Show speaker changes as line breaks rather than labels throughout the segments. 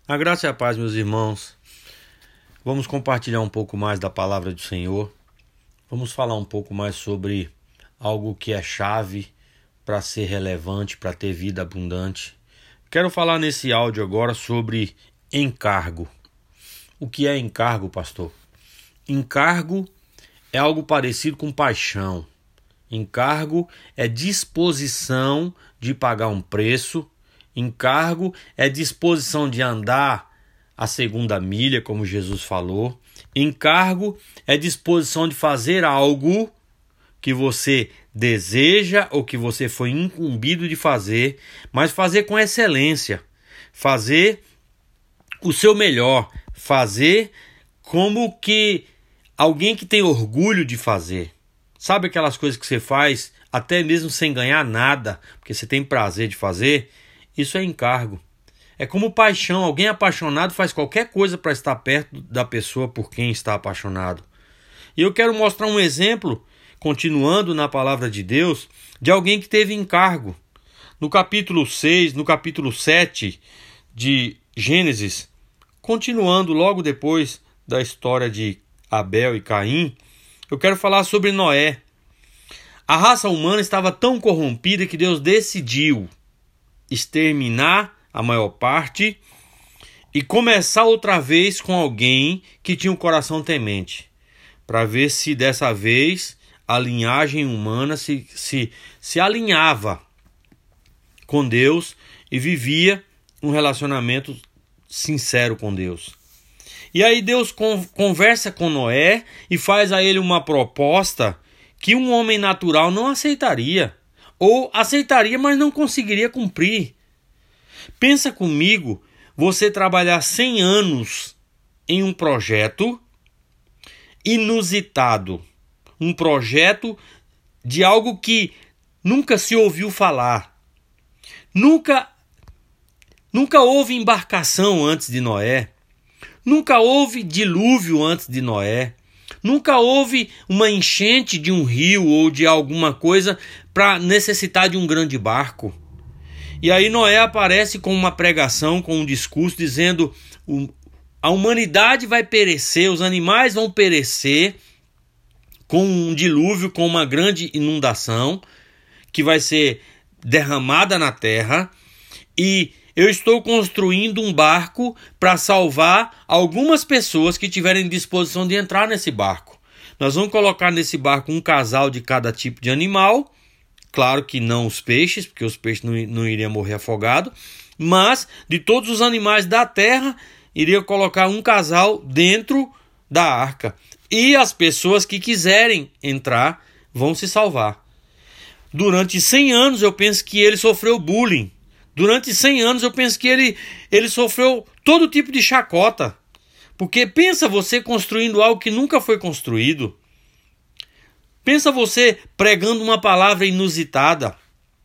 A graça e a paz, meus irmãos. Vamos compartilhar um pouco mais da palavra do Senhor. Vamos falar um pouco mais sobre algo que é chave para ser relevante, para ter vida abundante. Quero falar nesse áudio agora sobre encargo. O que é encargo, pastor? Encargo é algo parecido com paixão. Encargo é disposição de pagar um preço. Encargo é disposição de andar a segunda milha, como Jesus falou. Encargo é disposição de fazer algo que você deseja ou que você foi incumbido de fazer, mas fazer com excelência, fazer o seu melhor, fazer como que alguém que tem orgulho de fazer. Sabe aquelas coisas que você faz até mesmo sem ganhar nada, porque você tem prazer de fazer? Isso é encargo. É como paixão. Alguém apaixonado faz qualquer coisa para estar perto da pessoa por quem está apaixonado. E eu quero mostrar um exemplo, continuando na palavra de Deus, de alguém que teve encargo. No capítulo 6, no capítulo 7 de Gênesis, continuando logo depois da história de Abel e Caim, eu quero falar sobre Noé. A raça humana estava tão corrompida que Deus decidiu exterminar a maior parte e começar outra vez com alguém que tinha um coração temente, para ver se dessa vez a linhagem humana se alinhava com Deus e vivia um relacionamento sincero com Deus. E aí Deus conversa com Noé e faz a ele uma proposta que um homem natural não aceitaria. Ou aceitaria, mas não conseguiria cumprir. Pensa comigo, você trabalhar 100 anos em um projeto inusitado. Um projeto de algo que nunca se ouviu falar. Nunca houve embarcação antes de Noé. Nunca houve dilúvio antes de Noé. Nunca houve uma enchente de um rio ou de alguma coisa para necessitar de um grande barco. E aí Noé aparece com uma pregação, com um discurso dizendo: a humanidade vai perecer, os animais vão perecer com um dilúvio, com uma grande inundação que vai ser derramada na terra, e eu estou construindo um barco para salvar algumas pessoas que tiverem disposição de entrar nesse barco. Nós vamos colocar nesse barco um casal de cada tipo de animal. Claro que não os peixes, porque os peixes não iriam morrer afogados. Mas de todos os animais da terra, iria colocar um casal dentro da arca. E as pessoas que quiserem entrar vão se salvar. Durante 100 anos eu penso que ele sofreu bullying. Durante 100 anos eu penso que ele sofreu todo tipo de chacota. Porque pensa você construindo algo que nunca foi construído. Pensa você pregando uma palavra inusitada.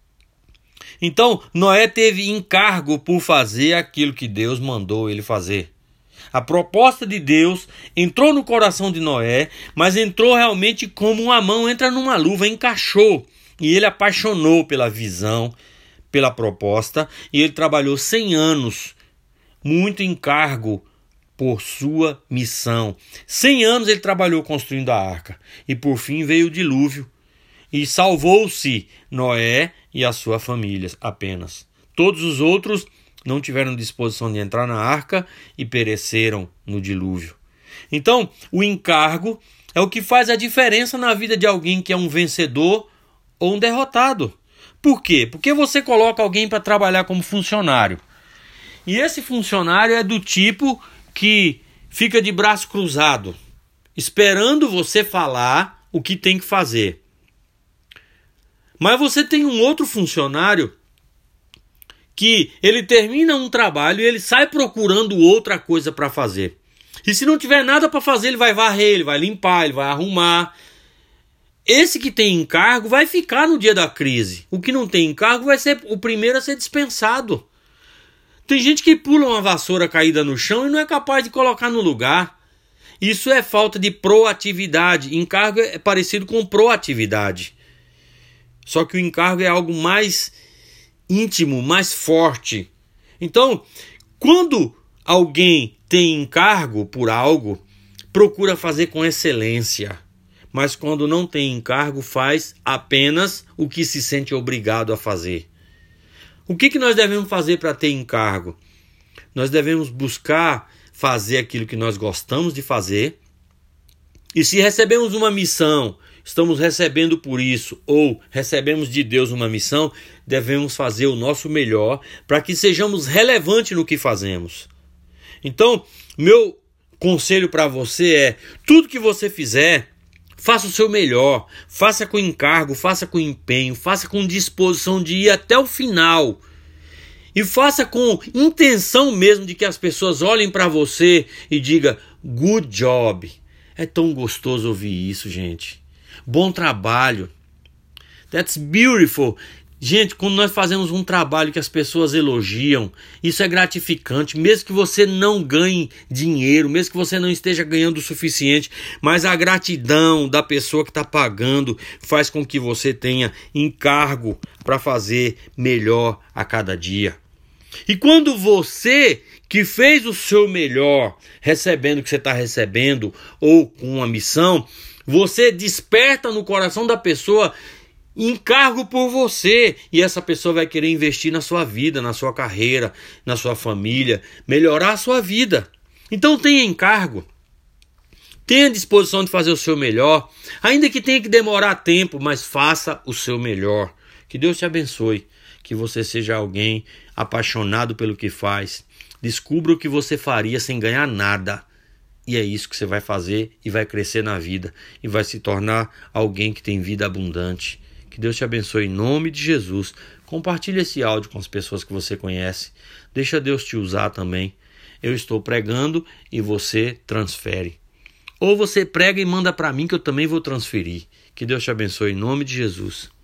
Então Noé teve encargo por fazer aquilo que Deus mandou ele fazer. A proposta de Deus entrou no coração de Noé, mas entrou realmente como uma mão entra numa luva, encaixou. E ele apaixonou pela visão, pela proposta, e ele trabalhou 100 anos, muito encargo por sua missão. 100 anos ele trabalhou construindo a arca, e por fim veio o dilúvio, e salvou-se Noé e a sua família apenas. Todos os outros não tiveram disposição de entrar na arca e pereceram no dilúvio. Então, o encargo é o que faz a diferença na vida de alguém que é um vencedor ou um derrotado. Por quê? Porque você coloca alguém para trabalhar como funcionário. E esse funcionário é do tipo que fica de braço cruzado, esperando você falar o que tem que fazer. Mas você tem um outro funcionário que ele termina um trabalho e ele sai procurando outra coisa para fazer. E se não tiver nada para fazer, ele vai varrer, ele vai limpar, ele vai arrumar. Esse que tem encargo vai ficar no dia da crise. O que não tem encargo vai ser o primeiro a ser dispensado. Tem gente que pula uma vassoura caída no chão e não é capaz de colocar no lugar. Isso é falta de proatividade. Encargo é parecido com proatividade. Só que o encargo é algo mais íntimo, mais forte. Então, quando alguém tem encargo por algo, procura fazer com excelência. Mas quando não tem encargo, faz apenas o que se sente obrigado a fazer. O que nós devemos fazer para ter encargo? Nós devemos buscar fazer aquilo que nós gostamos de fazer. E se recebemos uma missão, estamos recebendo por isso, ou recebemos de Deus uma missão, devemos fazer o nosso melhor para que sejamos relevantes no que fazemos. Então, meu conselho para você é: tudo que você fizer, faça o seu melhor, faça com encargo, faça com empenho, faça com disposição de ir até o final. E faça com intenção mesmo de que as pessoas olhem para você e digam: good job. É tão gostoso ouvir isso, gente. Bom trabalho. That's beautiful. Gente, quando nós fazemos um trabalho que as pessoas elogiam, isso é gratificante, mesmo que você não ganhe dinheiro, mesmo que você não esteja ganhando o suficiente, mas a gratidão da pessoa que está pagando faz com que você tenha encargo para fazer melhor a cada dia. E quando você que fez o seu melhor, recebendo o que você está recebendo, ou com uma missão, você desperta no coração da pessoa encargo por você, e essa pessoa vai querer investir na sua vida, na sua carreira, na sua família, melhorar a sua vida. Então tenha encargo, tenha disposição de fazer o seu melhor, ainda que tenha que demorar tempo, mas faça o seu melhor. Que Deus te abençoe, que você seja alguém apaixonado pelo que faz, descubra o que você faria sem ganhar nada. E é isso que você vai fazer e vai crescer na vida e vai se tornar alguém que tem vida abundante. Que Deus te abençoe em nome de Jesus. Compartilhe esse áudio com as pessoas que você conhece. Deixa Deus te usar também. Eu estou pregando e você transfere. Ou você prega e manda para mim que eu também vou transferir. Que Deus te abençoe em nome de Jesus.